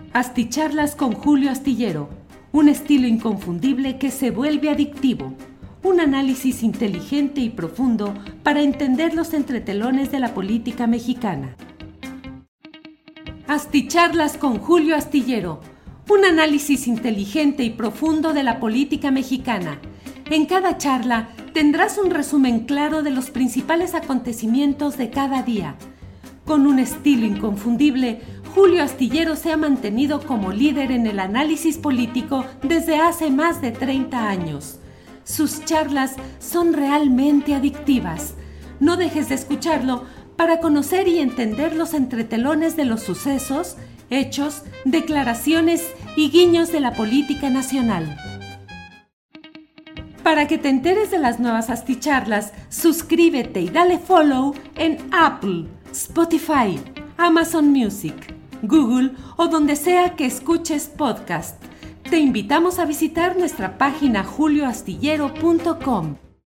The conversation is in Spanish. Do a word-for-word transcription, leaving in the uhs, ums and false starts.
Asticharlas con Julio Astillero, un estilo inconfundible que se vuelve adictivo, un análisis inteligente y profundo para entender los entretelones de la política mexicana. Asticharlas con Julio Astillero, un análisis inteligente y profundo de la política mexicana. En cada charla tendrás un resumen claro de los principales acontecimientos de cada día. Con un estilo inconfundible, Julio Astillero se ha mantenido como líder en el análisis político desde hace más de treinta años. Sus charlas son realmente adictivas. No dejes de escucharlo para conocer y entender los entretelones de los sucesos, hechos, declaraciones y guiños de la política nacional. Para que te enteres de las nuevas asticharlas, suscríbete y dale follow en Apple, Spotify, Amazon Music, Google o donde sea que escuches podcast. Te invitamos a visitar nuestra página julio astillero punto com.